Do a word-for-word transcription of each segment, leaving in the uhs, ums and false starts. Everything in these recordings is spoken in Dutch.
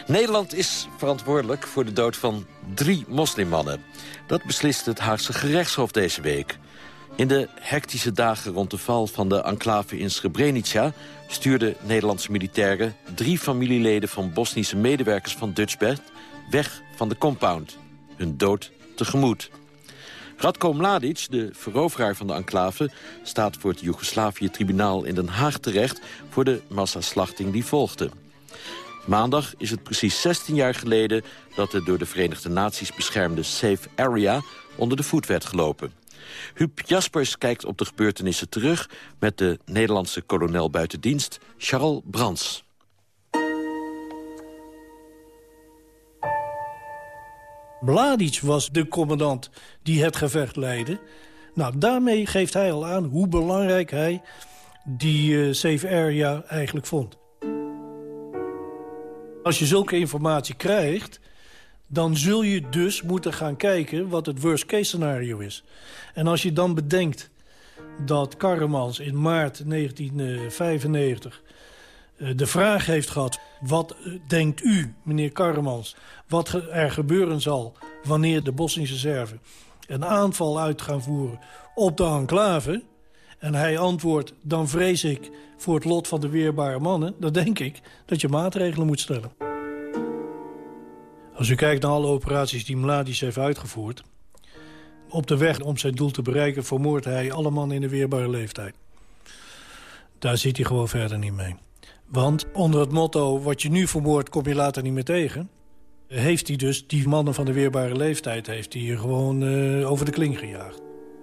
Nederland is verantwoordelijk voor de dood van drie moslimmannen. Dat beslist het Haagse gerechtshof deze week. In de hectische dagen rond de val van de enclave in Srebrenica stuurden Nederlandse militairen drie familieleden van Bosnische medewerkers van Dutchbed weg van de compound. Hun dood tegemoet. Ratko Mladic, de veroveraar van de enclave, staat voor het Joegoslavië-tribunaal in Den Haag terecht voor de massaslachting die volgde. Maandag is het precies zestien jaar geleden dat de door de Verenigde Naties beschermde Safe Area onder de voet werd gelopen. Huub Jaspers kijkt op de gebeurtenissen terug met de Nederlandse kolonel buiten dienst Charles Brands. Mladic was de commandant die het gevecht leidde. Nou, daarmee geeft hij al aan hoe belangrijk hij die uh, Safe Area eigenlijk vond. Als je zulke informatie krijgt, dan zul je dus moeten gaan kijken wat het worst case scenario is. En als je dan bedenkt dat Karremans in maart negentien vijfennegentig de vraag heeft gehad: wat denkt u, meneer Karremans, wat er gebeuren zal wanneer de Bosnische Serven een aanval uit gaan voeren op de enclave? En hij antwoordt: dan vrees ik voor het lot van de weerbare mannen. Dan denk ik dat je maatregelen moet stellen. Als u kijkt naar alle operaties die Mladic heeft uitgevoerd, op de weg om zijn doel te bereiken vermoordt hij alle mannen in de weerbare leeftijd. Daar zit hij gewoon verder niet mee. Want onder het motto: wat je nu vermoordt, kom je later niet meer tegen, heeft hij dus die mannen van de weerbare leeftijd heeft hij gewoon uh, over de kling gejaagd.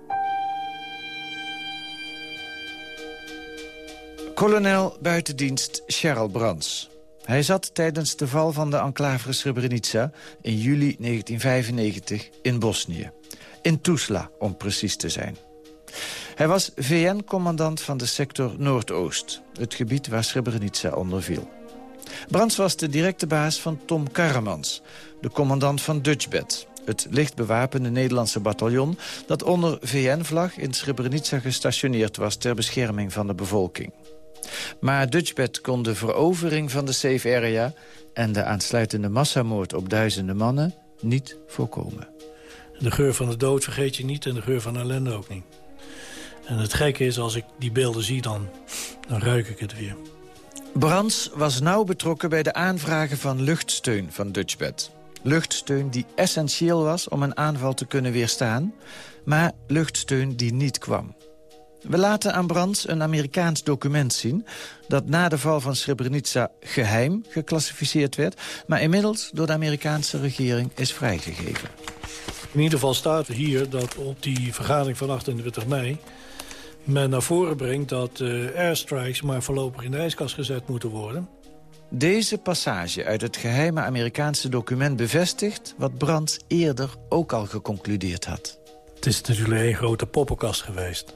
Kolonel buitendienst Charles Brands. Hij zat tijdens de val van de enclave Srebrenica in juli negentien vijfennegentig in Bosnië. In Tuzla, om precies te zijn. Hij was V N-commandant van de sector Noordoost, het gebied waar Srebrenica onder viel. Brands was de directe baas van Tom Karremans, de commandant van Dutchbed, het licht bewapende Nederlandse bataljon dat onder V N-vlag in Srebrenica gestationeerd was ter bescherming van de bevolking. Maar Dutchbed kon de verovering van de Safe Area en de aansluitende massamoord op duizenden mannen niet voorkomen. De geur van de dood vergeet je niet en de geur van ellende ook niet. En het gekke is, als ik die beelden zie, dan, dan ruik ik het weer. Brands was nauw betrokken bij de aanvragen van luchtsteun van Dutchbed. Luchtsteun die essentieel was om een aanval te kunnen weerstaan, maar luchtsteun die niet kwam. We laten aan Brands een Amerikaans document zien dat na de val van Srebrenica geheim geclassificeerd werd, maar inmiddels door de Amerikaanse regering is vrijgegeven. In ieder geval staat hier dat op die vergadering van achtentwintig mei... men naar voren brengt dat uh, airstrikes maar voorlopig in de ijskast gezet moeten worden. Deze passage uit het geheime Amerikaanse document bevestigt wat Brands eerder ook al geconcludeerd had. Het is natuurlijk een grote poppenkast geweest.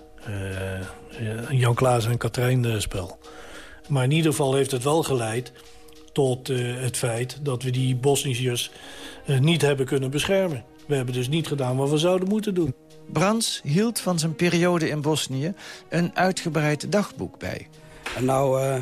Uh, een Jan Klaas en Katrijn uh, spel. Maar in ieder geval heeft het wel geleid tot uh, het feit dat we die Bosniërs uh, niet hebben kunnen beschermen. We hebben dus niet gedaan wat we zouden moeten doen. Brands hield van zijn periode in Bosnië een uitgebreid dagboek bij. En nou uh,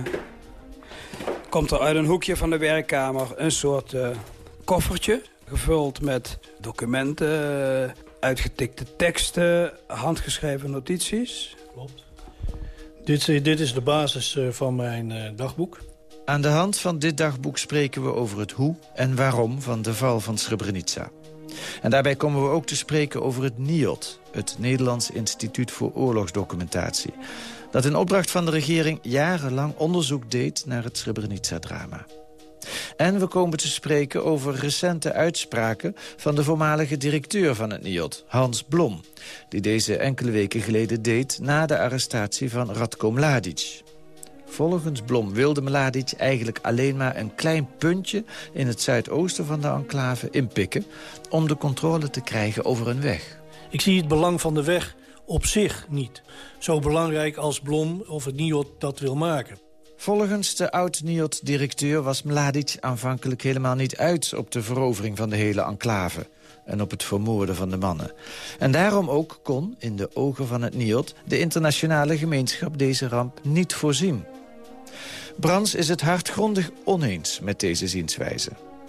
komt er uit een hoekje van de werkkamer een soort uh, koffertje, gevuld met documenten, uitgetikte teksten, handgeschreven notities. Klopt. Dit, dit is de basis van mijn uh, dagboek. Aan de hand van dit dagboek spreken we over het hoe en waarom van de val van Srebrenica. En daarbij komen we ook te spreken over het N I O D, het Nederlands Instituut voor Oorlogsdocumentatie, dat in opdracht van de regering jarenlang onderzoek deed naar het Srebrenica-drama. En we komen te spreken over recente uitspraken van de voormalige directeur van het N I O D, Hans Blom, die deze enkele weken geleden deed na de arrestatie van Ratko Mladic. Volgens Blom wilde Mladic eigenlijk alleen maar een klein puntje in het zuidoosten van de enclave inpikken om de controle te krijgen over een weg. Ik zie het belang van de weg op zich niet zo belangrijk als Blom of het N I O D dat wil maken. Volgens de oud-N I O D-directeur was Mladic aanvankelijk helemaal niet uit op de verovering van de hele enclave en op het vermoorden van de mannen. En daarom ook kon, in de ogen van het N I O D, de internationale gemeenschap deze ramp niet voorzien. Brands is het hardgrondig oneens met deze zienswijze.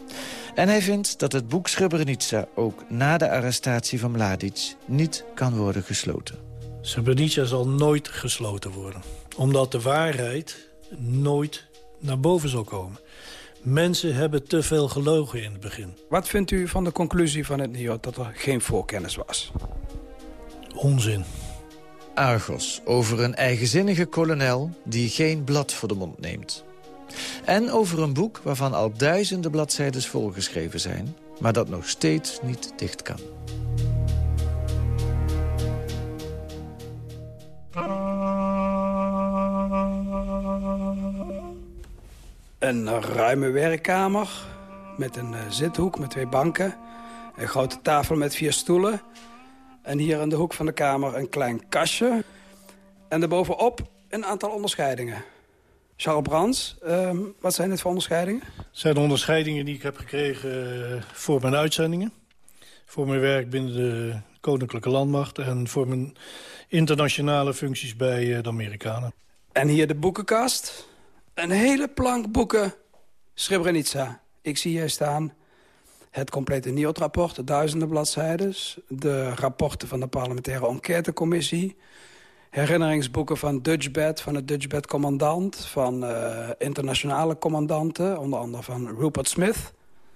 En hij vindt dat het boek Srebrenica ook na de arrestatie van Mladic niet kan worden gesloten. Srebrenica zal nooit gesloten worden. Omdat de waarheid nooit naar boven zal komen. Mensen hebben te veel gelogen in het begin. Wat vindt u van de conclusie van het N I O dat er geen voorkennis was? Onzin. Argos over een eigenzinnige kolonel die geen blad voor de mond neemt. En over een boek waarvan al duizenden bladzijden volgeschreven zijn, maar dat nog steeds niet dicht kan. Een ruime werkkamer met een uh, zithoek met twee banken. Een grote tafel met vier stoelen. En hier in de hoek van de kamer een klein kastje. En daarbovenop een aantal onderscheidingen. Charles Brans, uh, wat zijn dit voor onderscheidingen? Het zijn de onderscheidingen die ik heb gekregen uh, voor mijn uitzendingen. Voor mijn werk binnen de Koninklijke Landmacht. En voor mijn internationale functies bij uh, de Amerikanen. En hier de boekenkast. Een hele plank boeken Srebrenica. Ik zie hier staan het complete N I O T-rapport, de duizenden bladzijden. De rapporten van de parlementaire enquêtecommissie. Herinneringsboeken van Dutchbat, van de Dutchbat-commandant. Van uh, internationale commandanten, onder andere van Rupert Smith.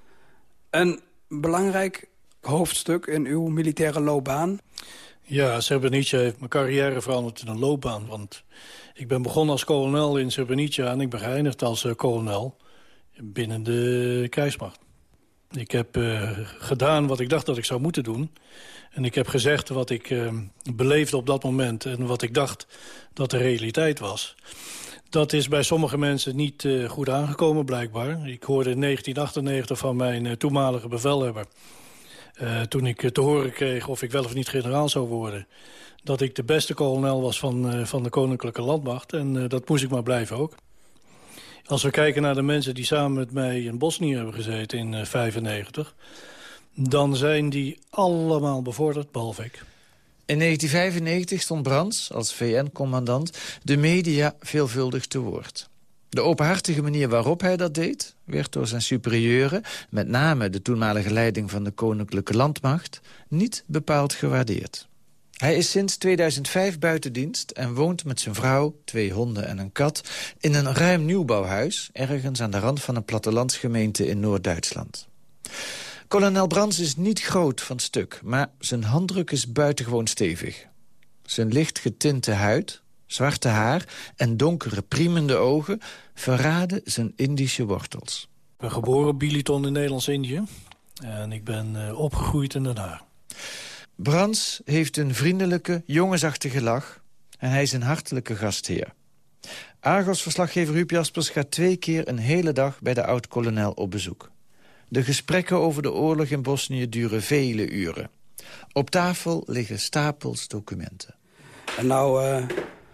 Een belangrijk hoofdstuk in uw militaire loopbaan. Ja, Srebrenica heeft mijn carrière veranderd in een loopbaan. Want ik ben begonnen als kolonel in Srebrenica en ik ben geëindigd als uh, kolonel binnen de krijgsmacht. Ik heb uh, gedaan wat ik dacht dat ik zou moeten doen. En ik heb gezegd wat ik uh, beleefde op dat moment en wat ik dacht dat de realiteit was. Dat is bij sommige mensen niet uh, goed aangekomen, blijkbaar. Ik hoorde in negentien achtennegentig van mijn uh, toenmalige bevelhebber, Uh, toen ik uh, te horen kreeg of ik wel of niet generaal zou worden, dat ik de beste kolonel was van, uh, van de Koninklijke Landmacht. En uh, dat moest ik maar blijven ook. Als we kijken naar de mensen die samen met mij in Bosnië hebben gezeten in negentien vijfennegentig... dan zijn die allemaal bevorderd, behalve ik. In negentien vijfennegentig stond Brans, als V N-commandant, de media veelvuldig te woord. De openhartige manier waarop hij dat deed werd door zijn superieuren, met name de toenmalige leiding van de Koninklijke Landmacht, niet bepaald gewaardeerd. Hij is sinds tweeduizend vijf buiten dienst en woont met zijn vrouw, twee honden en een kat in een ruim nieuwbouwhuis, ergens aan de rand van een plattelandsgemeente in Noord-Duitsland. Kolonel Brans is niet groot van stuk, maar zijn handdruk is buitengewoon stevig. Zijn licht getinte huid, zwarte haar en donkere priemende ogen verraden zijn Indische wortels. Ik ben geboren op Biliton in Nederlands-Indië en ik ben uh, opgegroeid in Den Haag. Brans heeft een vriendelijke, jongensachtige lach en hij is een hartelijke gastheer. Argos-verslaggever Huub Jaspers gaat twee keer een hele dag bij de oud-kolonel op bezoek. De gesprekken over de oorlog in Bosnië duren vele uren. Op tafel liggen stapels documenten. En nou uh,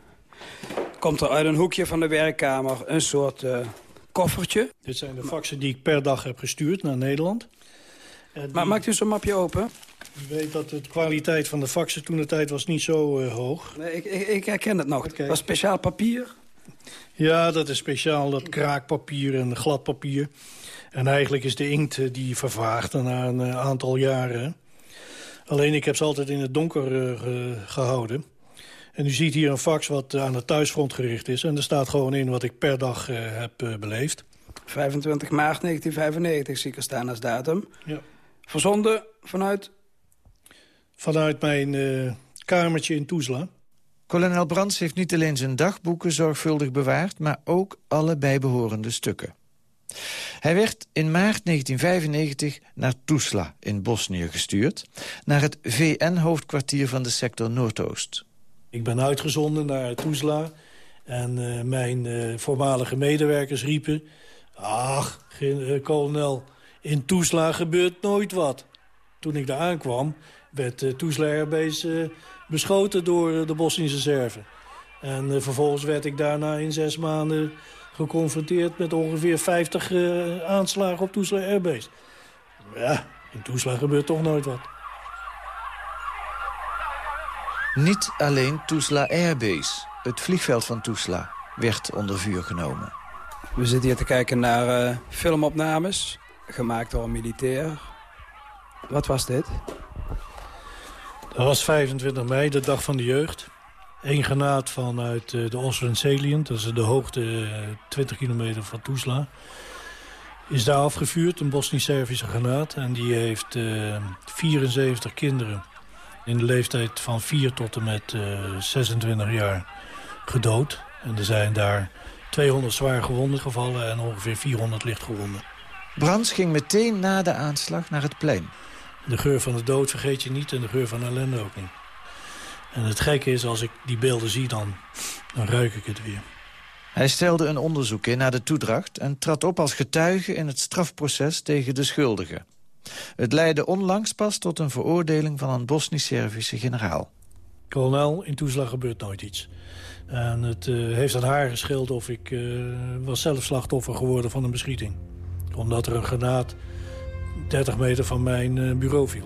komt er uit een hoekje van de werkkamer een soort uh, koffertje. Dit zijn de faxen die ik per dag heb gestuurd naar Nederland. En maar die... maakt u zo'n mapje open? U weet dat de kwaliteit van de faxen toen de tijd was niet zo uh, hoog. Nee, ik, ik, ik herken het nog. Het okay. was speciaal papier. Ja, dat is speciaal, dat kraakpapier en gladpapier. En eigenlijk is de inkt die vervaagt na een uh, aantal jaren. Alleen ik heb ze altijd in het donker uh, ge gehouden. En u ziet hier een fax wat uh, aan het thuisfront gericht is. En er staat gewoon in wat ik per dag uh, heb uh, beleefd. vijfentwintig maart negentien vijfennegentig zie ik er staan als datum. Ja. Verzonden vanuit? Vanuit mijn uh, kamertje in Tuzla. Kolonel Brans heeft niet alleen zijn dagboeken zorgvuldig bewaard, maar ook alle bijbehorende stukken. Hij werd in maart negentien vijfennegentig naar Tuzla in Bosnië gestuurd, naar het V N-hoofdkwartier van de sector Noordoost. Ik ben uitgezonden naar Tuzla en uh, mijn uh, voormalige medewerkers riepen: ach, uh, kolonel, in Tuzla gebeurt nooit wat. Toen ik daar aankwam, werd uh, Tuzla Airbase uh, beschoten door uh, de Bosnische Serven. En uh, vervolgens werd ik daarna in zes maanden geconfronteerd met ongeveer vijftig uh, aanslagen op Tuzla Airbase. Ja, in Tuzla gebeurt toch nooit wat. Niet alleen Tuzla Airbase, het vliegveld van Tuzla, werd onder vuur genomen. We zitten hier te kijken naar uh, filmopnames. gemaakt door een militair. Wat was dit? Dat was vijfentwintig mei, de dag van de jeugd. Eén granaat vanuit de Austrian Salient, dat is de hoogte twintig kilometer van Tuzla, is daar afgevuurd, een Bosnisch-Servische granaat. En die heeft uh, vierenzeventig kinderen in de leeftijd van vier tot en met uh, zesentwintig jaar gedood. En er zijn daar tweehonderd zwaar gewonden gevallen en ongeveer vierhonderd licht gewonden. Brands ging meteen na de aanslag naar het plein. De geur van de dood vergeet je niet en de geur van ellende ook niet. En het gekke is, als ik die beelden zie, dan, dan ruik ik het weer. Hij stelde een onderzoek in naar de toedracht en trad op als getuige in het strafproces tegen de schuldigen. Het leidde onlangs pas tot een veroordeling van een Bosnisch-Servische generaal. Kolonel, in Tuzla gebeurt nooit iets. En het uh, heeft aan haar gescheeld of ik uh, was zelf slachtoffer geworden van een beschieting. Omdat er een granaat dertig meter van mijn uh, bureau viel.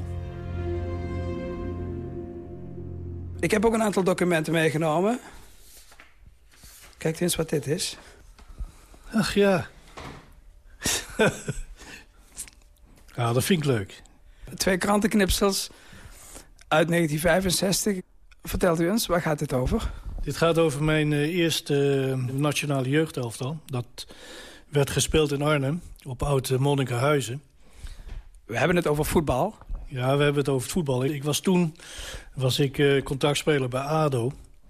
Ik heb ook een aantal documenten meegenomen. Kijk eens wat dit is. Ach ja. Ja, dat vind ik leuk. Twee krantenknipsels uit negentien vijfenzestig. Vertelt u eens, waar gaat dit over? Dit gaat over mijn uh, eerste uh, nationale jeugdelftal. Dat werd gespeeld in Arnhem, op oud Monnikenhuizen. We hebben het over voetbal. Ja, we hebben het over het voetbal. Ik was toen was ik, uh, contactspeler bij A D O.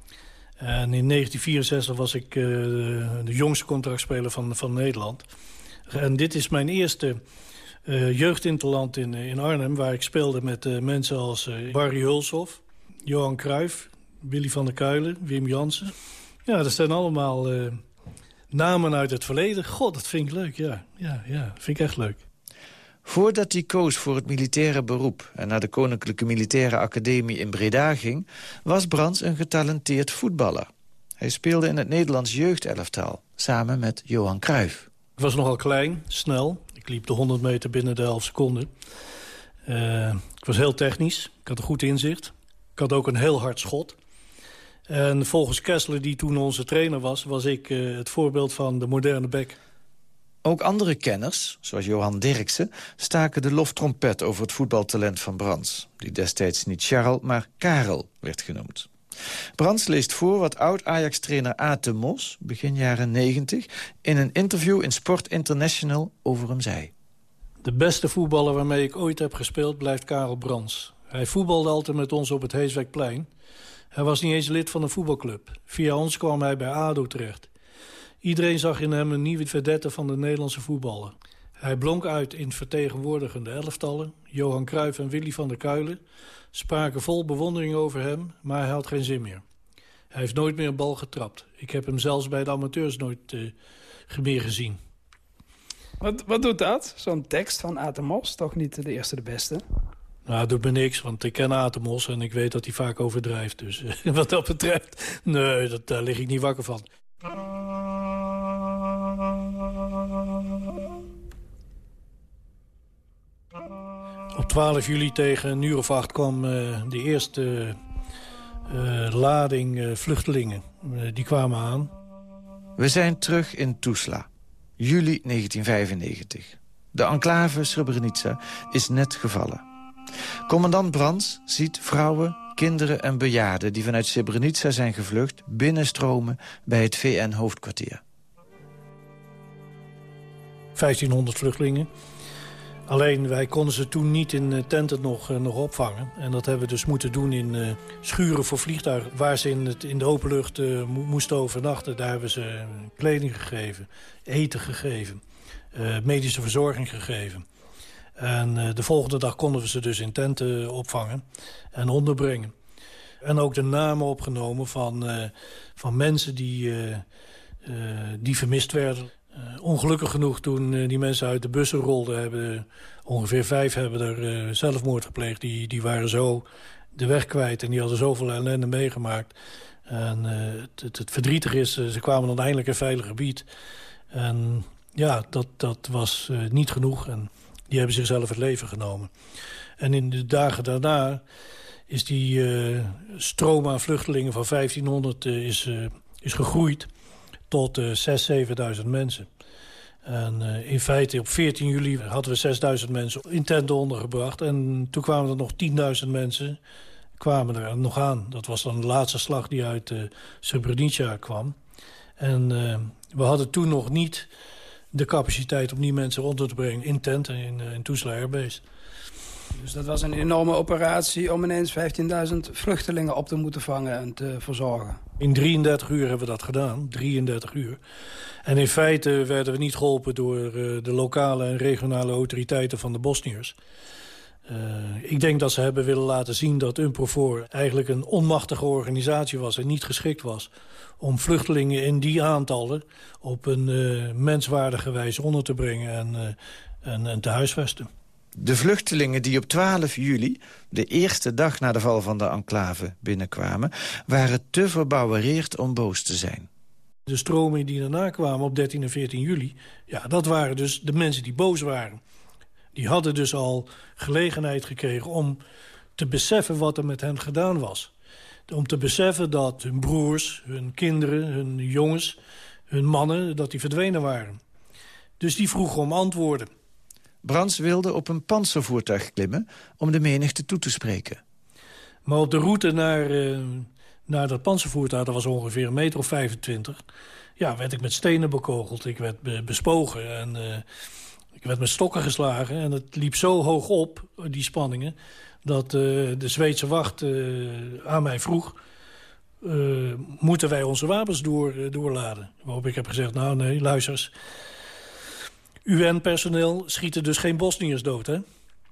En in negentien vierenzestig was ik uh, de, de jongste contractspeler van, van Nederland. En dit is mijn eerste uh, jeugdinterland in, in Arnhem... waar ik speelde met uh, mensen als uh, Barry Hulshoff, Johan Cruijff, Willy van der Kuilen, Wim Jansen. Ja, dat zijn allemaal uh, namen uit het verleden. God, dat vind ik leuk, ja. Ja, ja, vind ik echt leuk. Voordat hij koos voor het militaire beroep en naar de Koninklijke Militaire Academie in Breda ging, was Brands een getalenteerd voetballer. Hij speelde in het Nederlands jeugdelftal, samen met Johan Cruijff. Ik was nogal klein, snel. Ik liep de honderd meter binnen de elf seconden. Uh, ik was heel technisch, ik had een goed inzicht. Ik had ook een heel hard schot. En volgens Kessler, die toen onze trainer was, was ik uh, het voorbeeld van de moderne bek. Ook andere kenners, zoals Johan Dirksen, staken de loftrompet over het voetbaltalent van Brands, die destijds niet Charles, maar Karel werd genoemd. Brands leest voor wat oud-Ajax-trainer Aad de Mos, begin jaren negentig, in een interview in Sport International over hem zei. De beste voetballer waarmee ik ooit heb gespeeld blijft Karel Brands. Hij voetbalde altijd met ons op het Heeswijkplein. Hij was niet eens lid van een voetbalclub. Via ons kwam hij bij A D O terecht. Iedereen zag in hem een nieuwe vedette van de Nederlandse voetballer. Hij blonk uit in vertegenwoordigende elftallen. Johan Cruijff en Willy van der Kuilen spraken vol bewondering over hem, maar hij had geen zin meer. Hij heeft nooit meer een bal getrapt. Ik heb hem zelfs bij de amateurs nooit uh, meer gezien. Wat, wat doet dat? Zo'n tekst van Aad de Mos, toch niet de eerste de beste? Nou, dat doet me niks, want ik ken Aad de Mos en ik weet dat hij vaak overdrijft. Dus uh, wat dat betreft, nee, dat, daar lig ik niet wakker van. Op twaalf juli tegen een uur of acht kwam uh, de eerste uh, lading uh, vluchtelingen. Uh, die kwamen aan. We zijn terug in Tuzla, juli negentien vijfennegentig. De enclave Srebrenica is net gevallen. Commandant Brands ziet vrouwen, kinderen en bejaarden die vanuit Srebrenica zijn gevlucht binnenstromen bij het V N-hoofdkwartier. vijftienhonderd vluchtelingen. Alleen wij konden ze toen niet in tenten nog, uh, nog opvangen. En dat hebben we dus moeten doen in uh, schuren voor vliegtuigen... waar ze in, het, in de open lucht uh, mo moesten overnachten. Daar hebben ze kleding gegeven, eten gegeven, uh, medische verzorging gegeven. En uh, de volgende dag konden we ze dus in tenten opvangen en onderbrengen. En ook de namen opgenomen van, uh, van mensen die, uh, uh, die vermist werden. Uh, ongelukkig genoeg toen uh, die mensen uit de bussen rolden... hebben uh, ongeveer vijf hebben er uh, zelfmoord gepleegd. Die, die waren zo de weg kwijt en die hadden zoveel ellende meegemaakt. En uh, het, het, het verdrietige is, uh, ze kwamen dan eindelijk in een veilig gebied. En ja, dat, dat was uh, niet genoeg en die hebben zichzelf het leven genomen. En in de dagen daarna is die uh, stroom aan vluchtelingen van vijftienhonderd uh, is, uh, is gegroeid... tot uh, zesduizend, zevenduizend mensen. En uh, in feite op veertien juli hadden we zesduizend mensen in tenten ondergebracht. En toen kwamen er nog tienduizend mensen kwamen er nog aan. Dat was dan de laatste slag die uit uh, Srebrenica kwam. En uh, we hadden toen nog niet de capaciteit om die mensen onder te brengen in tenten in, uh, in Tuzla Airbase. Dus dat was een enorme operatie om ineens vijftienduizend vluchtelingen op te moeten vangen en te verzorgen. In drieëndertig uur hebben we dat gedaan, drieëndertig uur. En in feite werden we niet geholpen door uh, de lokale en regionale autoriteiten van de Bosniërs. Uh, ik denk dat ze hebben willen laten zien dat UNPROFOR eigenlijk een onmachtige organisatie was en niet geschikt was om vluchtelingen in die aantallen op een uh, menswaardige wijze onder te brengen en, uh, en, en te huisvesten. De vluchtelingen die op twaalf juli, de eerste dag na de val van de enclave, binnenkwamen, waren te verbouwereerd om boos te zijn. De stromingen die daarna kwamen op dertien en veertien juli, ja, dat waren dus de mensen die boos waren. Die hadden dus al gelegenheid gekregen om te beseffen wat er met hen gedaan was. Om te beseffen dat hun broers, hun kinderen, hun jongens, hun mannen, dat die verdwenen waren. Dus die vroegen om antwoorden. Brands wilde op een pantservoertuig klimmen om de menigte toe te spreken. Maar op de route naar, uh, naar dat pantservoertuig, dat was ongeveer een meter of vijfentwintig... ja, werd ik met stenen bekogeld, ik werd be bespogen en uh, ik werd met stokken geslagen. En het liep zo hoog op, die spanningen, dat uh, de Zweedse wacht uh, aan mij vroeg, Uh, moeten wij onze wapens door, uh, doorladen? Waarop ik heb gezegd, nou nee, luister eens. U N-personeel schieten dus geen Bosniërs dood, hè?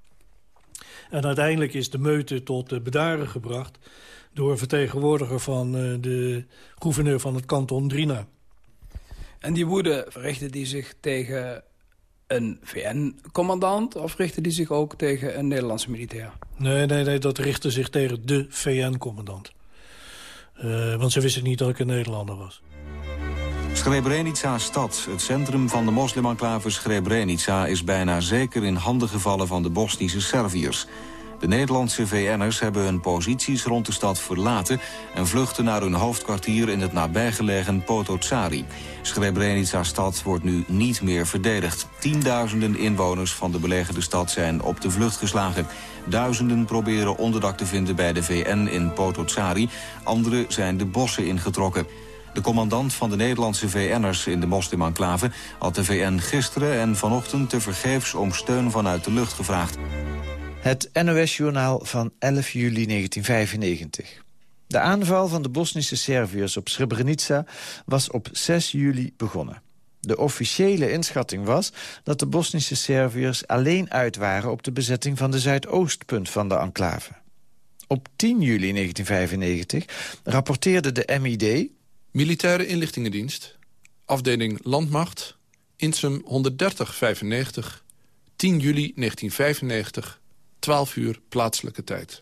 En uiteindelijk is de meute tot uh, bedaren gebracht door een vertegenwoordiger van uh, de gouverneur van het kanton Drina. En die woede, richtte die zich tegen een V N-commandant of richtte die zich ook tegen een Nederlandse militair? Nee, nee, nee, dat richtte zich tegen de V N-commandant. Uh, want ze wisten niet dat ik een Nederlander was. Srebrenica stad, het centrum van de moslimenclave Srebrenica, is bijna zeker in handen gevallen van de Bosnische Serviërs. De Nederlandse V N'ers hebben hun posities rond de stad verlaten en vluchten naar hun hoofdkwartier in het nabijgelegen Potocari. Srebrenica-stad wordt nu niet meer verdedigd. Tienduizenden inwoners van de belegerde stad zijn op de vlucht geslagen. Duizenden proberen onderdak te vinden bij de V N in Potocari. Anderen zijn de bossen ingetrokken. De commandant van de Nederlandse V N'ers in de moslimenclave had de V N gisteren en vanochtend tevergeefs om steun vanuit de lucht gevraagd. Het N O S-journaal van elf juli negentien vijfennegentig. De aanval van de Bosnische Serviërs op Srebrenica was op zes juli begonnen. De officiële inschatting was dat de Bosnische Serviërs alleen uit waren op de bezetting van de zuidoostpunt van de enclave. Op tien juli negentien vijfennegentig rapporteerde de M I D... Militaire Inlichtingendienst, afdeling Landmacht, Insum honderddertig vijfennegentig, tien juli negentien vijfennegentig, twaalf uur plaatselijke tijd.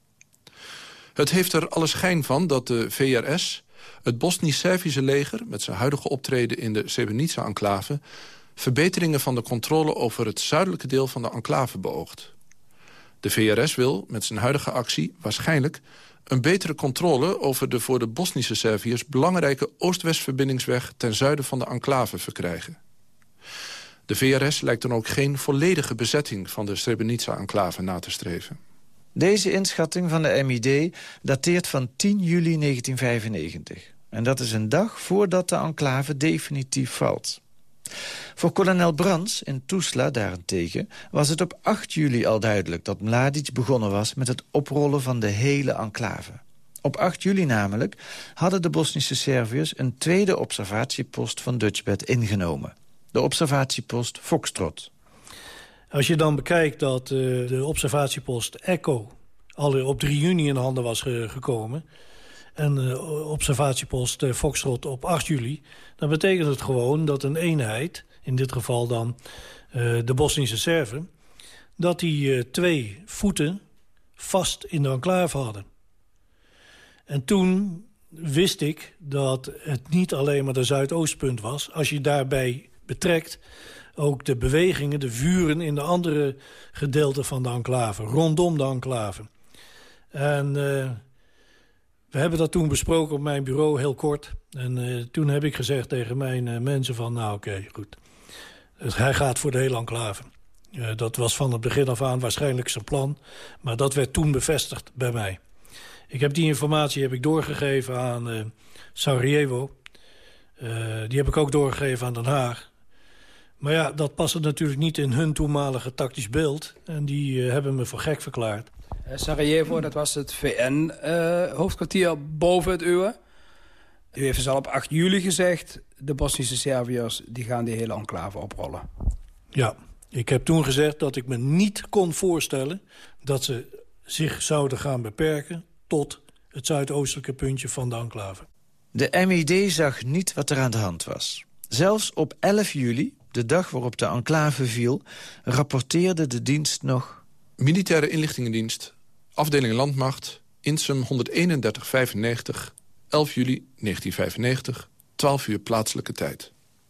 Het heeft er alle schijn van dat de V R S, het Bosnisch-Servische leger met zijn huidige optreden in de Srebrenica-enclave, verbeteringen van de controle over het zuidelijke deel van de enclave beoogt. De V R S wil met zijn huidige actie waarschijnlijk een betere controle over de voor de Bosnische Serviërs belangrijke Oost-West-verbindingsweg ten zuiden van de enclave verkrijgen. De V R S lijkt dan ook geen volledige bezetting van de Srebrenica-enclave na te streven. Deze inschatting van de M I D dateert van tien juli negentien vijfennegentig. En dat is een dag voordat de enclave definitief valt. Voor kolonel Brands in Tuzla daarentegen was het op acht juli al duidelijk dat Mladic begonnen was met het oprollen van de hele enclave. Op acht juli namelijk hadden de Bosnische Serviërs een tweede observatiepost van Dutchbat ingenomen. De observatiepost Foxtrot. Als je dan bekijkt dat uh, de observatiepost Echo al op drie juni in handen was ge gekomen en uh, observatiepost uh, Foxtrot op acht juli... dan betekent het gewoon dat een eenheid, in dit geval dan uh, de Bosnische Serven, dat die uh, twee voeten vast in de enclave hadden. En toen wist ik dat het niet alleen maar de Zuidoostpunt was. Als je daarbij betrekt ook de bewegingen, de vuren in de andere gedeelten van de enclave, rondom de enclave. En uh, we hebben dat toen besproken op mijn bureau heel kort. En uh, toen heb ik gezegd tegen mijn uh, mensen van, nou oké, okay, goed. Hij gaat voor de hele enclave. Uh, dat was van het begin af aan waarschijnlijk zijn plan. Maar dat werd toen bevestigd bij mij. Ik heb die informatie heb ik doorgegeven aan uh, Sarajevo. Uh, die heb ik ook doorgegeven aan Den Haag. Maar ja, dat paste natuurlijk niet in hun toenmalige tactisch beeld. En die uh, hebben me voor gek verklaard. Sarajevo, dat was het V N-hoofdkwartier uh, boven het uwe. U heeft dus al op acht juli gezegd... de Bosnische Serviërs die gaan die hele enclave oprollen. Ja, ik heb toen gezegd dat ik me niet kon voorstellen... dat ze zich zouden gaan beperken tot het zuidoostelijke puntje van de enclave. De M I D zag niet wat er aan de hand was. Zelfs op elf juli, de dag waarop de enclave viel... rapporteerde de dienst nog... Militaire inlichtingendienst, afdeling Landmacht... Insum honderdeenendertig vijfennegentig, elf juli negentien vijfennegentig, twaalf uur plaatselijke tijd.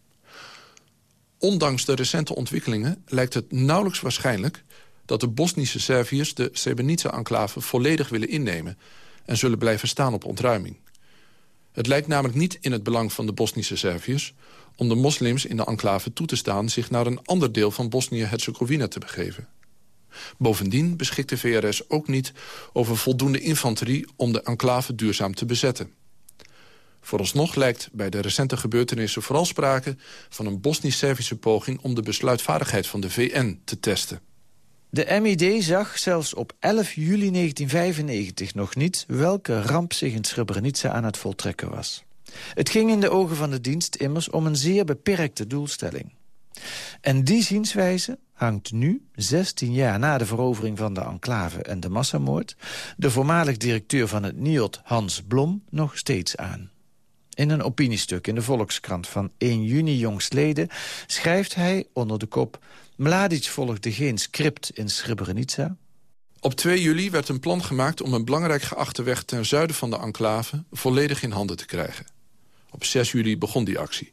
Ondanks de recente ontwikkelingen lijkt het nauwelijks waarschijnlijk... dat de Bosnische Serviërs de Srebrenica-enclave volledig willen innemen... en zullen blijven staan op ontruiming. Het lijkt namelijk niet in het belang van de Bosnische Serviërs... om de moslims in de enclave toe te staan... zich naar een ander deel van Bosnië-Herzegovina te begeven. Bovendien beschikt de V R S ook niet over voldoende infanterie... om de enclave duurzaam te bezetten. Vooralsnog lijkt bij de recente gebeurtenissen vooral sprake... van een Bosnisch-Servische poging om de besluitvaardigheid van de V N te testen. De M I D zag zelfs op elf juli negentien vijfennegentig nog niet... welke ramp zich in Srebrenica aan het voltrekken was. Het ging in de ogen van de dienst immers om een zeer beperkte doelstelling. En die zienswijze hangt nu, zestien jaar na de verovering van de enclave en de massamoord... de voormalig directeur van het N I O D, Hans Blom, nog steeds aan. In een opiniestuk in de Volkskrant van één juni jongstleden... schrijft hij onder de kop... Mladic volgde geen script in Srebrenica. Op twee juli werd een plan gemaakt om een belangrijk geachte weg... ten zuiden van de enclave volledig in handen te krijgen. Op zes juli begon die actie.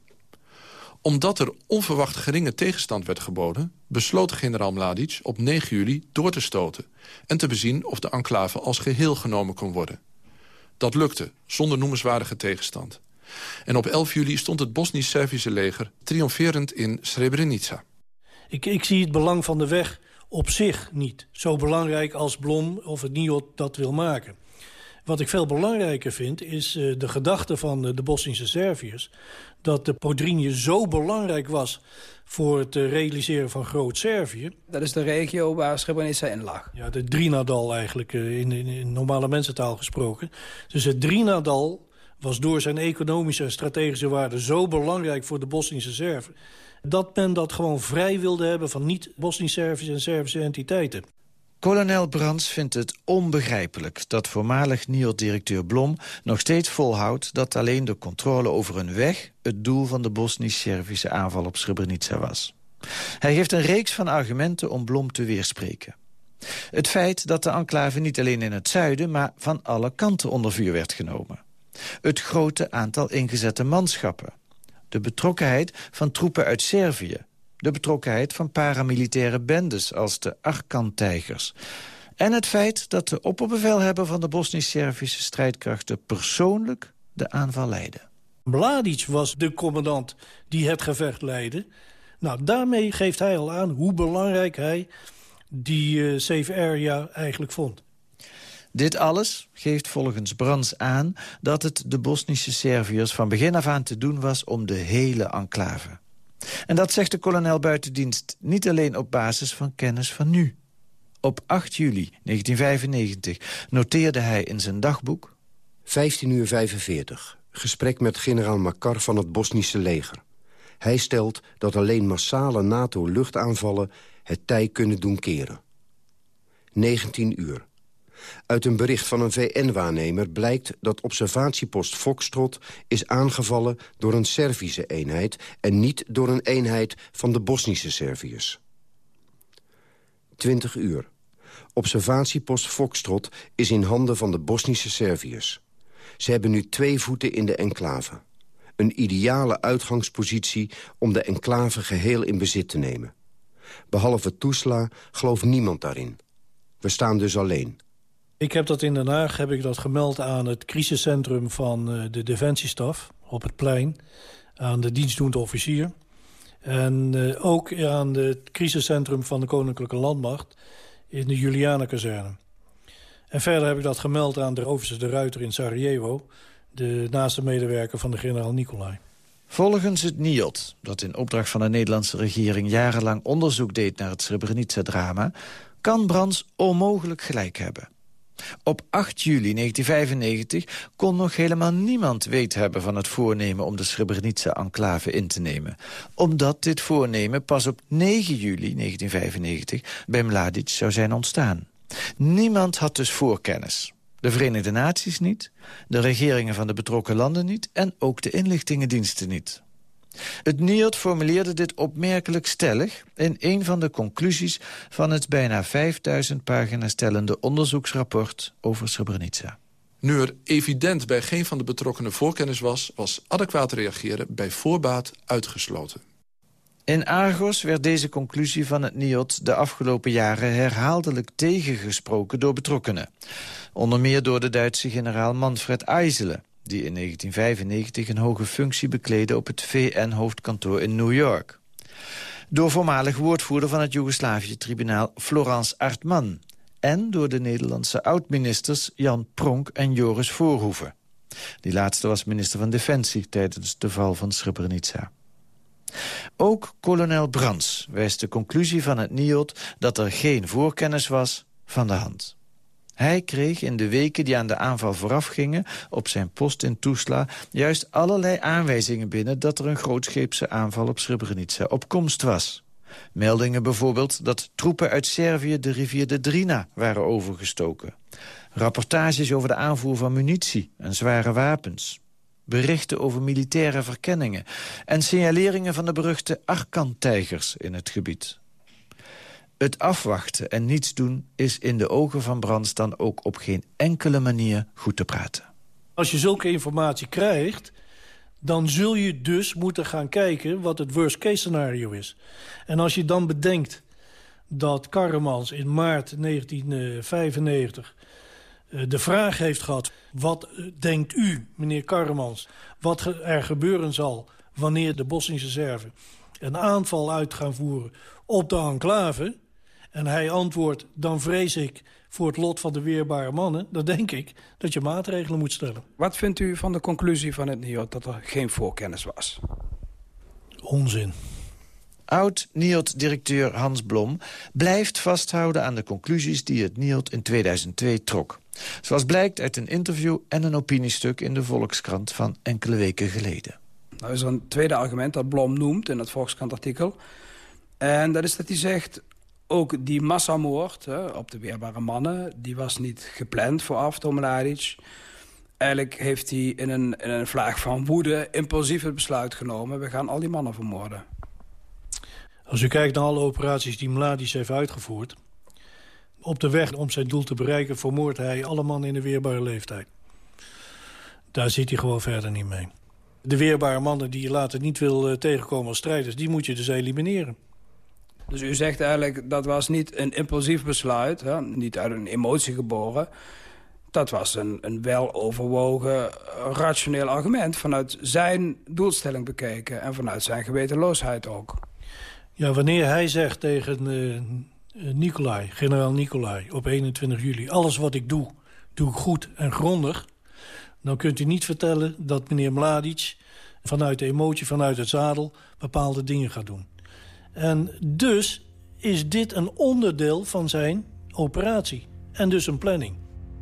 Omdat er onverwacht geringe tegenstand werd geboden... besloot generaal Mladic op negen juli door te stoten... en te bezien of de enclave als geheel genomen kon worden. Dat lukte, zonder noemenswaardige tegenstand. En op elf juli stond het Bosnisch-Servische leger... triomferend in Srebrenica. Ik, ik zie het belang van de weg op zich niet zo belangrijk als Blom of het N I O D dat wil maken. Wat ik veel belangrijker vind is uh, de gedachte van uh, de Bosnische Serviërs... dat de Podrinje zo belangrijk was voor het uh, realiseren van Groot-Servië. Dat is de regio waar Srebrenica in lag. Ja, de Drinadal eigenlijk, uh, in, in, in normale mensentaal gesproken. Dus het Drinadal was door zijn economische en strategische waarde zo belangrijk voor de Bosnische Serven... dat men dat gewoon vrij wilde hebben van niet-Bosnisch-Servische en Servische entiteiten. Kolonel Brands vindt het onbegrijpelijk dat voormalig N I O D-directeur Blom nog steeds volhoudt dat alleen de controle over een weg het doel van de Bosnisch-Servische aanval op Srebrenica was. Hij geeft een reeks van argumenten om Blom te weerspreken. Het feit dat de enclave niet alleen in het zuiden, maar van alle kanten onder vuur werd genomen. Het grote aantal ingezette manschappen. De betrokkenheid van troepen uit Servië. De betrokkenheid van paramilitaire bendes als de Arkan-tijgers. En het feit dat de opperbevelhebber van de Bosnisch-Servische strijdkrachten persoonlijk de aanval leidde. Mladic was de commandant die het gevecht leidde. Nou, daarmee geeft hij al aan hoe belangrijk hij die uh, safe area eigenlijk vond. Dit alles geeft volgens Brands aan dat het de Bosnische Serviërs van begin af aan te doen was om de hele enclave. En dat zegt de kolonel buitendienst niet alleen op basis van kennis van nu. Op acht juli negentien vijfennegentig noteerde hij in zijn dagboek... vijftien uur vijfenveertig. Gesprek met generaal Makar van het Bosnische leger. Hij stelt dat alleen massale NATO-luchtaanvallen het tij kunnen doen keren. negentien uur. Uit een bericht van een V N-waarnemer blijkt dat observatiepost Foxtrot is aangevallen door een Servische eenheid en niet door een eenheid van de Bosnische Serviërs. twintig uur. Observatiepost Foxtrot is in handen van de Bosnische Serviërs. Ze hebben nu twee voeten in de enclave. Een ideale uitgangspositie om de enclave geheel in bezit te nemen. Behalve Tuzla gelooft niemand daarin. We staan dus alleen. Ik heb dat in Den Haag heb ik dat gemeld aan het crisiscentrum van de Defensiestaf op het plein, aan de dienstdoende officier. En uh, ook aan het crisiscentrum van de Koninklijke Landmacht in de Julianenkazerne. En verder heb ik dat gemeld aan de overste de Ruiter in Sarajevo, de naaste medewerker van de generaal Nicolai. Volgens het N I O D, dat in opdracht van de Nederlandse regering jarenlang onderzoek deed naar het Srebrenica-drama, kan Brands onmogelijk gelijk hebben. Op acht juli negentien vijfennegentig kon nog helemaal niemand weet hebben van het voornemen om de Srebrenica-enclave in te nemen. Omdat dit voornemen pas op negen juli negentien vijfennegentig bij Mladic zou zijn ontstaan. Niemand had dus voorkennis. De Verenigde Naties niet, de regeringen van de betrokken landen niet en ook de inlichtingendiensten niet. Het N I O D formuleerde dit opmerkelijk stellig in een van de conclusies van het bijna vijfduizend pagina's tellende onderzoeksrapport over Srebrenica. Nu er evident bij geen van de betrokkenen voorkennis was, was adequaat reageren bij voorbaat uitgesloten. In Argos werd deze conclusie van het N I O D de afgelopen jaren herhaaldelijk tegengesproken door betrokkenen. Onder meer door de Duitse generaal Manfred Eisele, die in negentien vijfennegentig een hoge functie bekleedde op het V N-hoofdkantoor in New York. Door voormalig woordvoerder van het Joegoslavië-tribunaal Florence Artman en door de Nederlandse oud-ministers Jan Pronk en Joris Voorhoeven. Die laatste was minister van Defensie tijdens de val van Srebrenica. Ook kolonel Brands wijst de conclusie van het N I O D dat er geen voorkennis was van de hand. Hij kreeg in de weken die aan de aanval voorafgingen op zijn post in Tuzla juist allerlei aanwijzingen binnen dat er een grootscheepse aanval op Srebrenica op komst was. Meldingen bijvoorbeeld dat troepen uit Servië de rivier de Drina waren overgestoken. Rapportages over de aanvoer van munitie en zware wapens. Berichten over militaire verkenningen en signaleringen van de beruchte Arkan-tijgers in het gebied. Het afwachten en niets doen is in de ogen van Brands dan ook op geen enkele manier goed te praten. Als je zulke informatie krijgt, dan zul je dus moeten gaan kijken wat het worst case scenario is. En als je dan bedenkt dat Karremans in maart negentien vijfennegentig de vraag heeft gehad: wat denkt u, meneer Karremans, wat er gebeuren zal wanneer de Bosnische Serven een aanval uit gaan voeren op de enclave? En hij antwoordt: dan vrees ik voor het lot van de weerbare mannen. Dan denk ik dat je maatregelen moet stellen. Wat vindt u van de conclusie van het N I O D dat er geen voorkennis was? Onzin. Oud-N I O D-directeur Hans Blom blijft vasthouden aan de conclusies die het N I O D in tweeduizend twee trok. Zoals blijkt uit een interview en een opiniestuk in de Volkskrant van enkele weken geleden. Nou is er een tweede argument dat Blom noemt in het Volkskrant-artikel. En dat is dat hij zegt: ook die massamoord hè, op de weerbare mannen, die was niet gepland vooraf door Mladic. Eigenlijk heeft hij in een, in een vlaag van woede impulsief het besluit genomen: we gaan al die mannen vermoorden. Als u kijkt naar alle operaties die Mladic heeft uitgevoerd, op de weg om zijn doel te bereiken vermoordt hij alle mannen in de weerbare leeftijd. Daar zit hij gewoon verder niet mee. De weerbare mannen die je later niet wil uh, tegenkomen als strijders, die moet je dus elimineren. Dus u zegt eigenlijk, dat was niet een impulsief besluit, hè? Niet uit een emotie geboren. Dat was een, een weloverwogen, rationeel argument vanuit zijn doelstelling bekeken en vanuit zijn gewetenloosheid ook. Ja, wanneer hij zegt tegen uh, Nicolai, generaal Nicolai, op eenentwintig juli... alles wat ik doe, doe ik goed en grondig, dan kunt u niet vertellen dat meneer Mladic vanuit de emotie, vanuit het zadel, bepaalde dingen gaat doen. En dus is dit een onderdeel van zijn operatie. En dus een planning.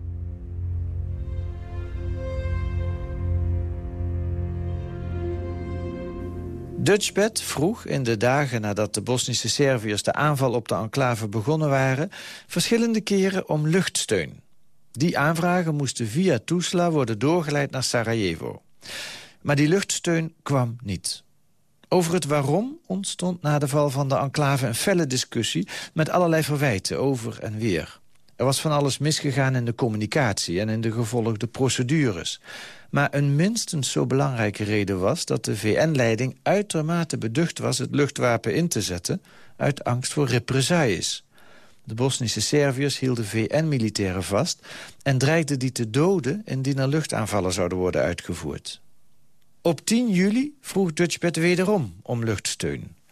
Dutchbat vroeg in de dagen nadat de Bosnische Serviërs de aanval op de enclave begonnen waren verschillende keren om luchtsteun. Die aanvragen moesten via Tuzla worden doorgeleid naar Sarajevo. Maar die luchtsteun kwam niet. Over het waarom ontstond na de val van de enclave een felle discussie met allerlei verwijten over en weer. Er was van alles misgegaan in de communicatie en in de gevolgde procedures. Maar een minstens zo belangrijke reden was dat de V N-leiding uitermate beducht was het luchtwapen in te zetten uit angst voor represailles. De Bosnische Serviërs hielden V N-militairen vast en dreigden die te doden indien er luchtaanvallen zouden worden uitgevoerd. Op tien juli vroeg Dutchbat wederom om luchtsteun.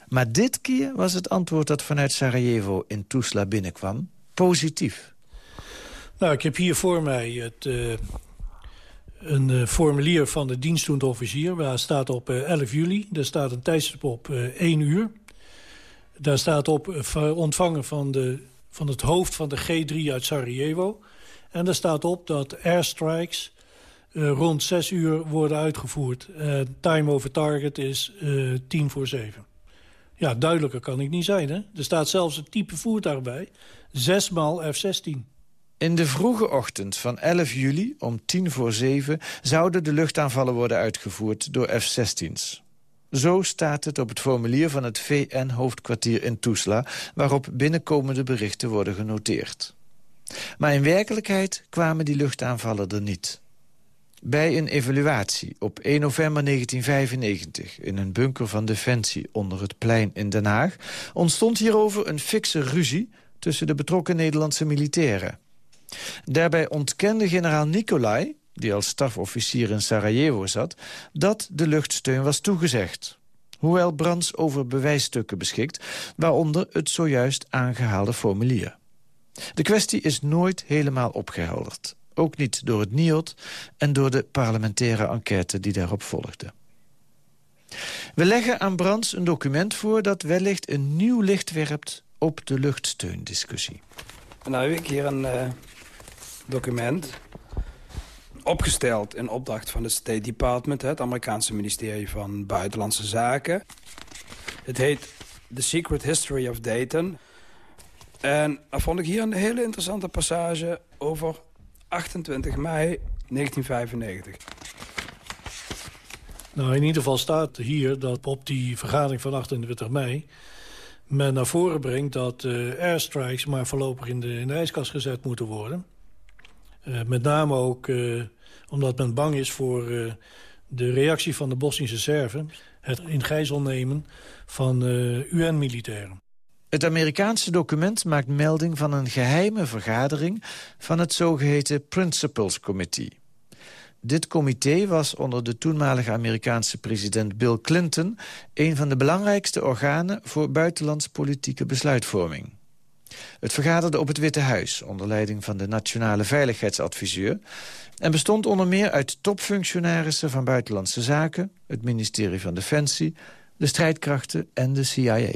Maar dit keer was het antwoord dat vanuit Sarajevo in Tuzla binnenkwam positief. Nou, ik heb hier voor mij het, uh, een uh, formulier van de dienstdoend officier. Waar staat op uh, elf juli. Daar staat een tijdstip op uh, één uur. Daar staat op uh, ontvangen van, de, van het hoofd van de G drie uit Sarajevo. En daar staat op dat airstrikes uh, rond zes uur worden uitgevoerd. Uh, time over target is uh, tien voor zeven. Ja, duidelijker kan ik niet zijn, hè? Er staat zelfs een type voertuig bij. Zesmaal F zestien. In de vroege ochtend van elf juli om tien voor zeven... zouden de luchtaanvallen worden uitgevoerd door F zestien's. Zo staat het op het formulier van het V N-hoofdkwartier in Tuzla... waarop binnenkomende berichten worden genoteerd. Maar in werkelijkheid kwamen die luchtaanvallen er niet. Bij een evaluatie op één november negentien vijfennegentig... in een bunker van Defensie onder het plein in Den Haag... ontstond hierover een fikse ruzie tussen de betrokken Nederlandse militairen. Daarbij ontkende generaal Nicolai, die als stafofficier in Sarajevo zat... dat de luchtsteun was toegezegd. Hoewel Brands over bewijsstukken beschikt... waaronder het zojuist aangehaalde formulier. De kwestie is nooit helemaal opgehelderd. Ook niet door het N I O D en door de parlementaire enquête die daarop volgde. We leggen aan Brands een document voor dat wellicht een nieuw licht werpt op de luchtsteundiscussie. Nou heb ik hier een uh, document opgesteld in opdracht van het State Department, het Amerikaanse ministerie van Buitenlandse Zaken. Het heet The Secret History of Dayton. En dan vond ik hier een hele interessante passage over achtentwintig mei negentien vijfennegentig. Nou, in ieder geval staat hier dat op die vergadering van achtentwintig mei... men naar voren brengt dat uh, airstrikes maar voorlopig in de, in de ijskast gezet moeten worden. Uh, met name ook uh, omdat men bang is voor uh, de reactie van de Bosnische Serven... het in gijzel nemen van uh, U N-militairen. Het Amerikaanse document maakt melding van een geheime vergadering... van het zogeheten Principals Committee. Dit comité was onder de toenmalige Amerikaanse president Bill Clinton... een van de belangrijkste organen voor buitenlandspolitieke besluitvorming. Het vergaderde op het Witte Huis onder leiding van de Nationale Veiligheidsadviseur... en bestond onder meer uit topfunctionarissen van Buitenlandse Zaken... het ministerie van Defensie, de strijdkrachten en de C I A.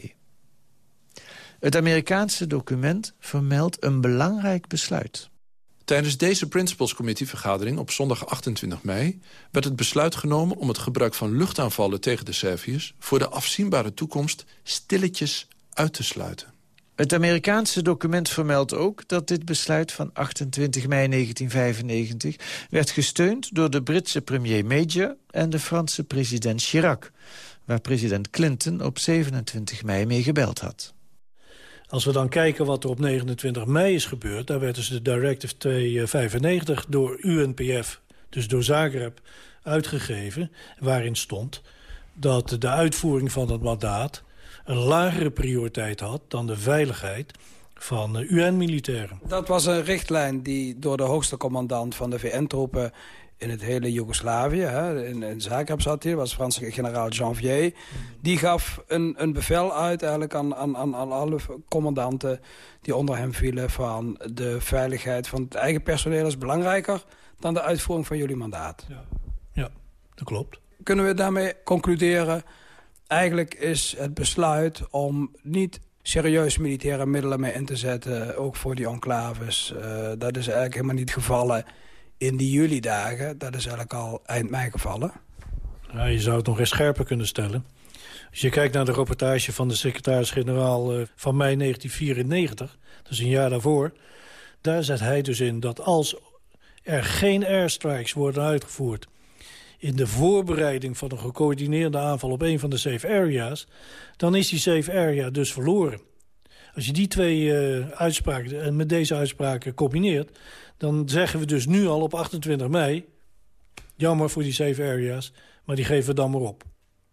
Het Amerikaanse document vermeldt een belangrijk besluit. Tijdens deze Principals Committee-vergadering op zondag achtentwintig mei... werd het besluit genomen om het gebruik van luchtaanvallen tegen de Serviërs... voor de afzienbare toekomst stilletjes uit te sluiten. Het Amerikaanse document vermeldt ook dat dit besluit van achtentwintig mei negentien vijfennegentig... werd gesteund door de Britse premier Major en de Franse president Chirac... waar president Clinton op zevenentwintig mei mee gebeld had. Als we dan kijken wat er op negenentwintig mei is gebeurd... daar werd dus de Directive tweehonderdvijfennegentig door U N P F, dus door Zagreb, uitgegeven... waarin stond dat de uitvoering van het mandaat... een lagere prioriteit had dan de veiligheid van U N-militairen. Dat was een richtlijn die door de hoogste commandant van de V N-troepen... in het hele Joegoslavië, hè, in, in Zagreb zat hij, was Franse generaal Janvier. Die gaf een, een bevel uit eigenlijk aan, aan, aan alle commandanten die onder hem vielen... van de veiligheid van het eigen personeel is belangrijker dan de uitvoering van jullie mandaat. Ja, ja, dat klopt. Kunnen we daarmee concluderen... eigenlijk is het besluit om niet serieus militaire middelen mee in te zetten... ook voor die enclaves, uh, dat is eigenlijk helemaal niet gevallen... in die juli-dagen, dat is eigenlijk al eind mei gevallen. Ja, je zou het nog eens scherper kunnen stellen. Als je kijkt naar de rapportage van de secretaris-generaal uh, van mei negentien vierennegentig... dat is een jaar daarvoor... daar zet hij dus in dat als er geen airstrikes worden uitgevoerd... in de voorbereiding van een gecoördineerde aanval op een van de safe areas... dan is die safe area dus verloren. Als je die twee uh, uitspraken en met deze uitspraken combineert... dan zeggen we dus nu al op achtentwintig mei... jammer voor die safe areas, maar die geven we dan maar op.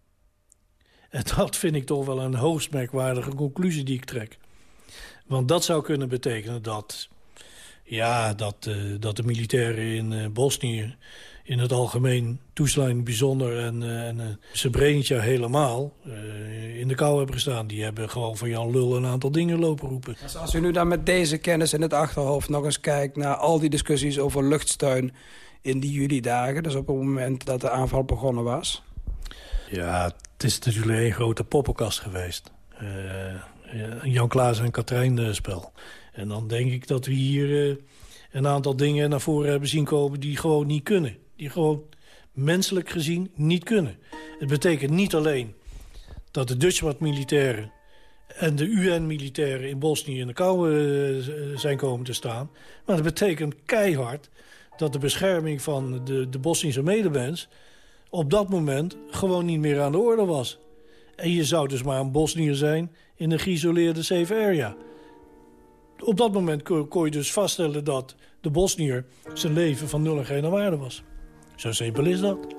En dat vind ik toch wel een hoogst merkwaardige conclusie die ik trek. Want dat zou kunnen betekenen dat... ja, dat, uh, dat de militairen in uh, Bosnië... in het algemeen, Tuzla in het bijzonder en, uh, en uh, Srebrenica helemaal uh, in de kou hebben gestaan. Die hebben gewoon van Jan Lul een aantal dingen lopen roepen. Dus als u nu dan met deze kennis in het achterhoofd nog eens kijkt naar al die discussies over luchtsteun in die juli-dagen, dus op het moment dat de aanval begonnen was. Ja, het is natuurlijk een grote poppenkast geweest. Uh, Jan Klaas en Katrijn uh, spel. En dan denk ik dat we hier uh, een aantal dingen naar voren hebben zien komen die gewoon niet kunnen. Die gewoon menselijk gezien niet kunnen. Het betekent niet alleen dat de Dutchbat-militairen en de U N-militairen in Bosnië in de kou uh, zijn komen te staan. Maar het betekent keihard dat de bescherming van de, de Bosnische medemens op dat moment gewoon niet meer aan de orde was. En je zou dus maar een Bosniër zijn in een geïsoleerde safe area. Op dat moment kon je dus vaststellen dat de Bosniër zijn leven van nul en geen waarde was. Zo simpel is dat.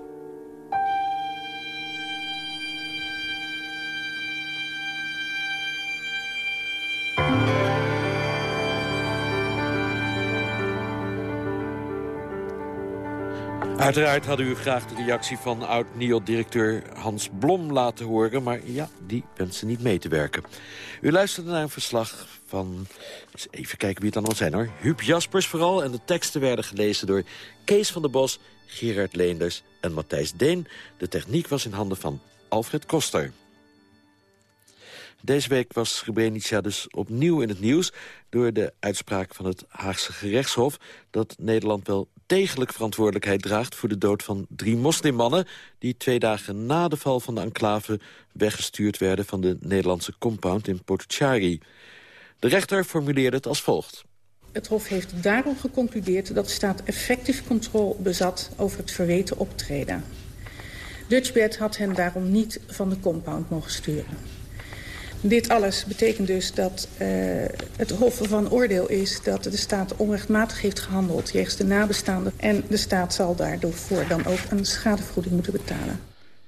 Uiteraard hadden u graag de reactie van oud-N I O-directeur Hans Blom laten horen, maar ja, die wenste niet mee te werken. U luisterde naar een verslag van, eens even kijken wie het dan al zijn hoor, Huub Jaspers vooral. En de teksten werden gelezen door Kees van der Bos, Gerard Leenders en Matthijs Deen. De techniek was in handen van Alfred Koster. Deze week was Srebrenica dus opnieuw in het nieuws door de uitspraak van het Haagse gerechtshof dat Nederland wel degelijk verantwoordelijkheid draagt voor de dood van drie moslimmannen die twee dagen na de val van de enclave weggestuurd werden van de Nederlandse compound in Potocari. De rechter formuleerde het als volgt. Het Hof heeft daarom geconcludeerd dat de staat effectief controle bezat over het verweten optreden. Dutchbat had hen daarom niet van de compound mogen sturen. Dit alles betekent dus dat uh, het Hof van oordeel is dat de staat onrechtmatig heeft gehandeld jegens de nabestaanden. En de staat zal daardoor dan ook een schadevergoeding moeten betalen.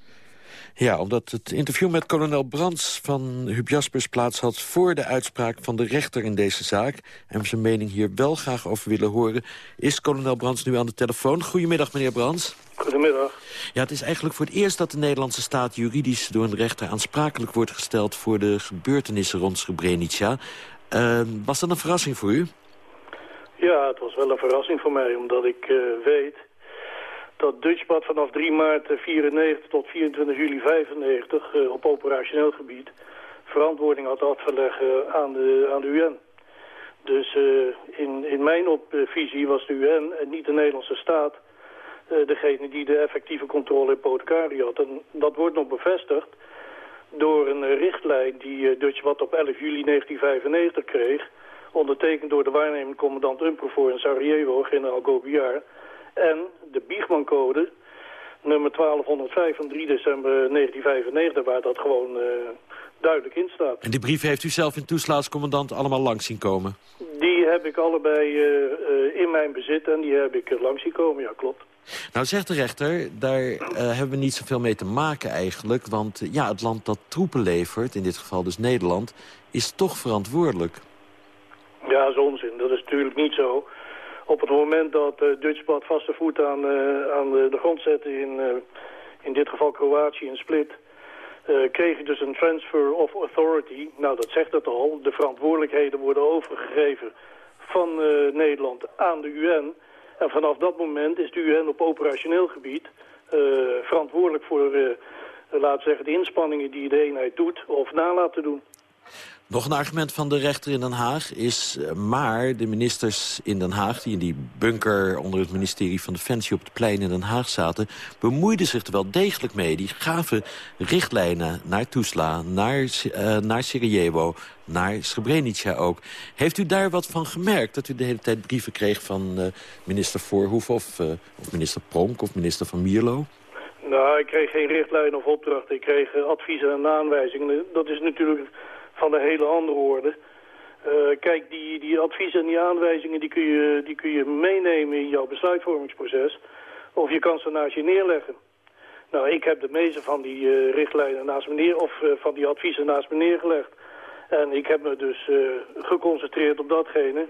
Ja, omdat het interview met kolonel Brands van Huub Jaspers plaats had voor de uitspraak van de rechter in deze zaak, en we zijn mening hier wel graag over willen horen, is kolonel Brands nu aan de telefoon. Goedemiddag, meneer Brands. Goedemiddag. Ja, het is eigenlijk voor het eerst dat de Nederlandse staat juridisch door een rechter aansprakelijk wordt gesteld voor de gebeurtenissen rond Srebrenica. Uh, was dat een verrassing voor u? Ja, het was wel een verrassing voor mij, omdat ik uh, weet dat Dutchbat vanaf drie maart vierennegentig tot vierentwintig juli vijfennegentig uh, op operationeel gebied verantwoording had afgelegd aan de, aan de U N. Dus uh, in, in mijn opvisie was de U N en niet de Nederlandse staat uh, degene die de effectieve controle in Potocari had. En dat wordt nog bevestigd door een uh, richtlijn die uh, Dutchbat op elf juli negentien vijfennegentig kreeg, ondertekend door de waarnemend commandant Umprofor in Sarajevo, generaal Gobiar, en de Biegman-code, nummer twaalfhonderdvijf van drie december negentien vijfennegentig, waar dat gewoon uh, duidelijk in staat. En die brief heeft u zelf in Tuzla als commandant allemaal langs zien komen? Die heb ik allebei uh, uh, in mijn bezit en die heb ik uh, langs zien komen, ja klopt. Nou zegt de rechter, daar uh, hebben we niet zoveel mee te maken eigenlijk, want uh, ja, het land dat troepen levert, in dit geval dus Nederland, is toch verantwoordelijk. Ja, dat is onzin. Dat is natuurlijk niet zo. Op het moment dat uh, Dutchbat vaste voet aan, uh, aan de, de grond zette in, uh, in dit geval Kroatië in Split, uh, kreeg je dus een transfer of authority. Nou, dat zegt het al. De verantwoordelijkheden worden overgegeven van uh, Nederland aan de U N. En vanaf dat moment is de U N op operationeel gebied uh, verantwoordelijk voor, uh, laten we zeggen, de inspanningen die de eenheid doet of nalaat te doen. Nog een argument van de rechter in Den Haag is, maar de ministers in Den Haag, die in die bunker onder het ministerie van Defensie op het plein in Den Haag zaten, bemoeiden zich er wel degelijk mee. Die gaven richtlijnen naar Tuzla, naar, uh, naar Sarajevo, naar Srebrenica ook. Heeft u daar wat van gemerkt, dat u de hele tijd brieven kreeg van uh, minister Voorhoeven of, uh, of minister Pronk of minister van Mierlo? Nou, ik kreeg geen richtlijn of opdracht. Ik kreeg uh, adviezen en aanwijzingen. Dat is natuurlijk van een hele andere orde. Uh, kijk, die, die adviezen en die aanwijzingen die kun, je, die kun je meenemen in jouw besluitvormingsproces. Of je kan ze naast je neerleggen. Nou, ik heb de meeste van die uh, richtlijnen naast me neer, of uh, van die adviezen naast me neergelegd. En ik heb me dus uh, geconcentreerd op datgene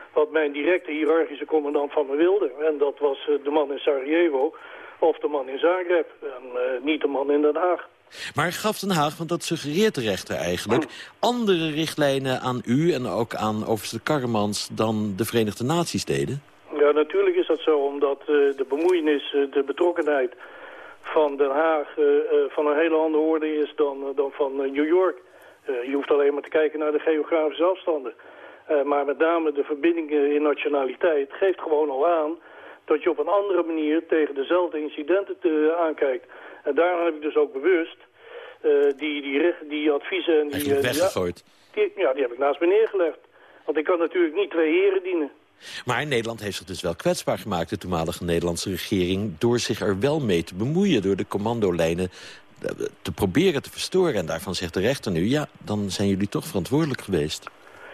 wat mijn directe hiërarchische commandant van me wilde. En dat was uh, de man in Sarajevo of de man in Zagreb. En uh, niet de man in Den Haag. Maar gaf Den Haag, want dat suggereert de rechter eigenlijk, andere richtlijnen aan u en ook aan overste Karremans dan de Verenigde Naties deden? Ja, natuurlijk is dat zo, omdat uh, de bemoeienis, uh, de betrokkenheid van Den Haag uh, uh, van een hele andere orde is dan, uh, dan van uh, New York. Uh, je hoeft alleen maar te kijken naar de geografische afstanden. Uh, maar met name de verbindingen in nationaliteit geeft gewoon al aan dat je op een andere manier tegen dezelfde incidenten te, aankijkt. En daarom heb ik dus ook bewust uh, die, die, die adviezen... En die, Eigenlijk weggegooid. Die, ja, die heb ik naast me neergelegd. Want ik kan natuurlijk niet twee heren dienen. Maar Nederland heeft zich dus wel kwetsbaar gemaakt, de toenmalige Nederlandse regering, door zich er wel mee te bemoeien, door de commandolijnen te proberen te verstoren. En daarvan zegt de rechter nu, ja, dan zijn jullie toch verantwoordelijk geweest.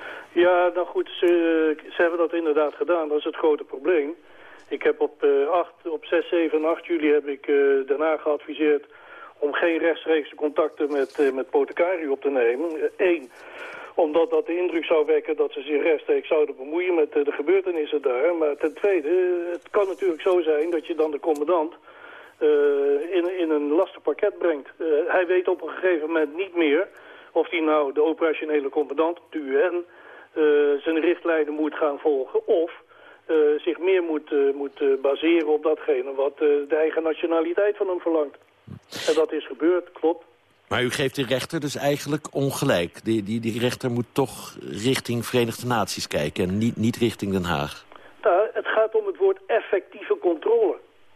Ja, nou goed, ze, ze hebben dat inderdaad gedaan. Dat is het grote probleem. Ik heb op, uh, acht, op zes, zeven en acht juli heb ik uh, daarna geadviseerd om geen rechtstreekse contacten met, uh, met Potekari op te nemen. Eén, uh, omdat dat de indruk zou wekken dat ze zich rechtstreeks zouden bemoeien met uh, de gebeurtenissen daar. Maar ten tweede, uh, het kan natuurlijk zo zijn dat je dan de commandant uh, in, in een lastig parket brengt. Uh, hij weet op een gegeven moment niet meer of hij nou de operationele commandant, de U N, uh, zijn richtlijnen moet gaan volgen of uh, zich meer moet, uh, moet uh, baseren op datgene wat uh, de eigen nationaliteit van hem verlangt. En dat is gebeurd, klopt. Maar u geeft de rechter dus eigenlijk ongelijk. Die, die, die rechter moet toch richting Verenigde Naties kijken en niet, niet richting Den Haag. Nou, het gaat om het woord effectieve controle.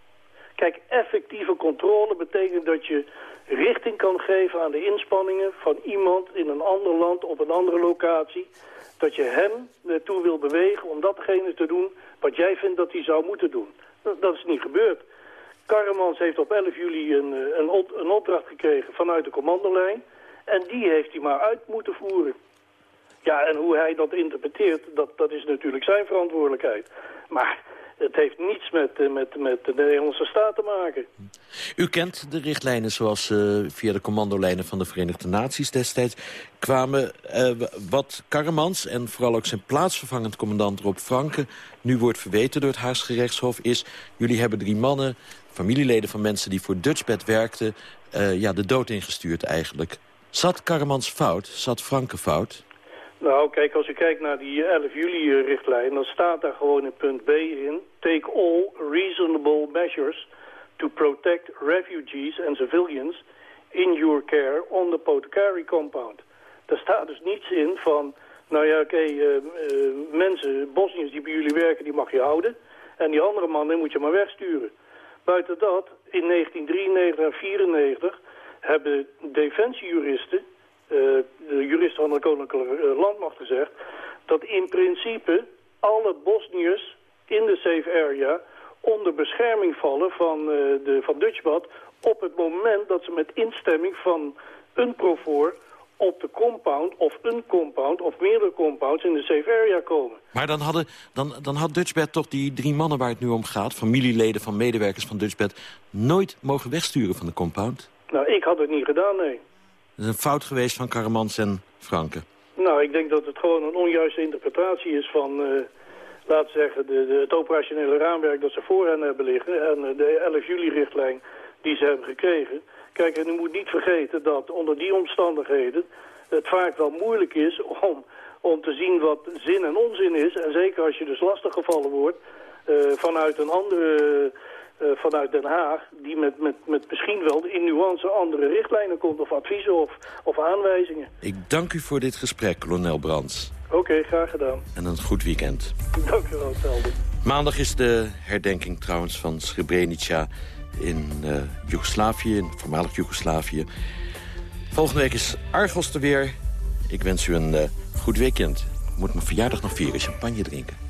Kijk, effectieve controle betekent dat je richting kan geven aan de inspanningen van iemand in een ander land op een andere locatie. Dat je hem ertoe wil bewegen om datgene te doen wat jij vindt dat hij zou moeten doen. Dat is niet gebeurd. Karremans heeft op elf juli een, een, een opdracht gekregen vanuit de commandolijn. En die heeft hij maar uit moeten voeren. Ja, en hoe hij dat interpreteert, dat, dat is natuurlijk zijn verantwoordelijkheid. Maar het heeft niets met, met, met de Nederlandse staat te maken. U kent de richtlijnen zoals uh, via de commandolijnen van de Verenigde Naties destijds kwamen. Uh, wat Karremans en vooral ook zijn plaatsvervangend commandant Rob Franke nu wordt verweten door het Haags gerechtshof is: jullie hebben drie mannen, familieleden van mensen die voor Dutchbed werkten, uh, ja, de dood ingestuurd eigenlijk. Zat Karremans fout? Zat Franke fout? Nou, kijk, als je kijkt naar die elf juli-richtlijn, dan staat daar gewoon in punt B in: take all reasonable measures to protect refugees and civilians in your care on the Potekari compound. Daar staat dus niets in van, nou ja, oké, okay, uh, uh, mensen, Bosniërs die bij jullie werken, die mag je houden. En die andere mannen moet je maar wegsturen. Buiten dat, in negentien drieënnegentig en vierennegentig hebben defensiejuristen, Uh, de juristen van de Koninklijke Landmacht gezegd dat in principe alle Bosniërs in de safe area onder bescherming vallen van, uh, de, van Dutchbed op het moment dat ze met instemming van een profor op de compound of een compound of meerdere compounds in de safe area komen. Maar dan, hadden, dan, dan had Dutchbed toch die drie mannen waar het nu om gaat, familieleden van medewerkers van Dutchbed, nooit mogen wegsturen van de compound? Nou, ik had het niet gedaan, nee. Dat is een fout geweest van Karremans en Franke. Nou, ik denk dat het gewoon een onjuiste interpretatie is van, uh, laten we zeggen, de, de, het operationele raamwerk dat ze voor hen hebben liggen en uh, de elf juli-richtlijn die ze hebben gekregen. Kijk, en u moet niet vergeten dat onder die omstandigheden het vaak wel moeilijk is om, om te zien wat zin en onzin is. En zeker als je dus lastiggevallen wordt uh, vanuit een andere... Uh, vanuit Den Haag, die met, met, met misschien wel in nuance andere richtlijnen komt, of adviezen of, of aanwijzingen. Ik dank u voor dit gesprek, kolonel Brands. Oké, okay, graag gedaan. En een goed weekend. Dank u wel, hetzelfde. Maandag is de herdenking trouwens van Srebrenica in uh, Joegoslavië, in voormalig Joegoslavië. Volgende week is Argos er weer. Ik wens u een uh, goed weekend. Ik moet mijn verjaardag nog vieren, champagne drinken.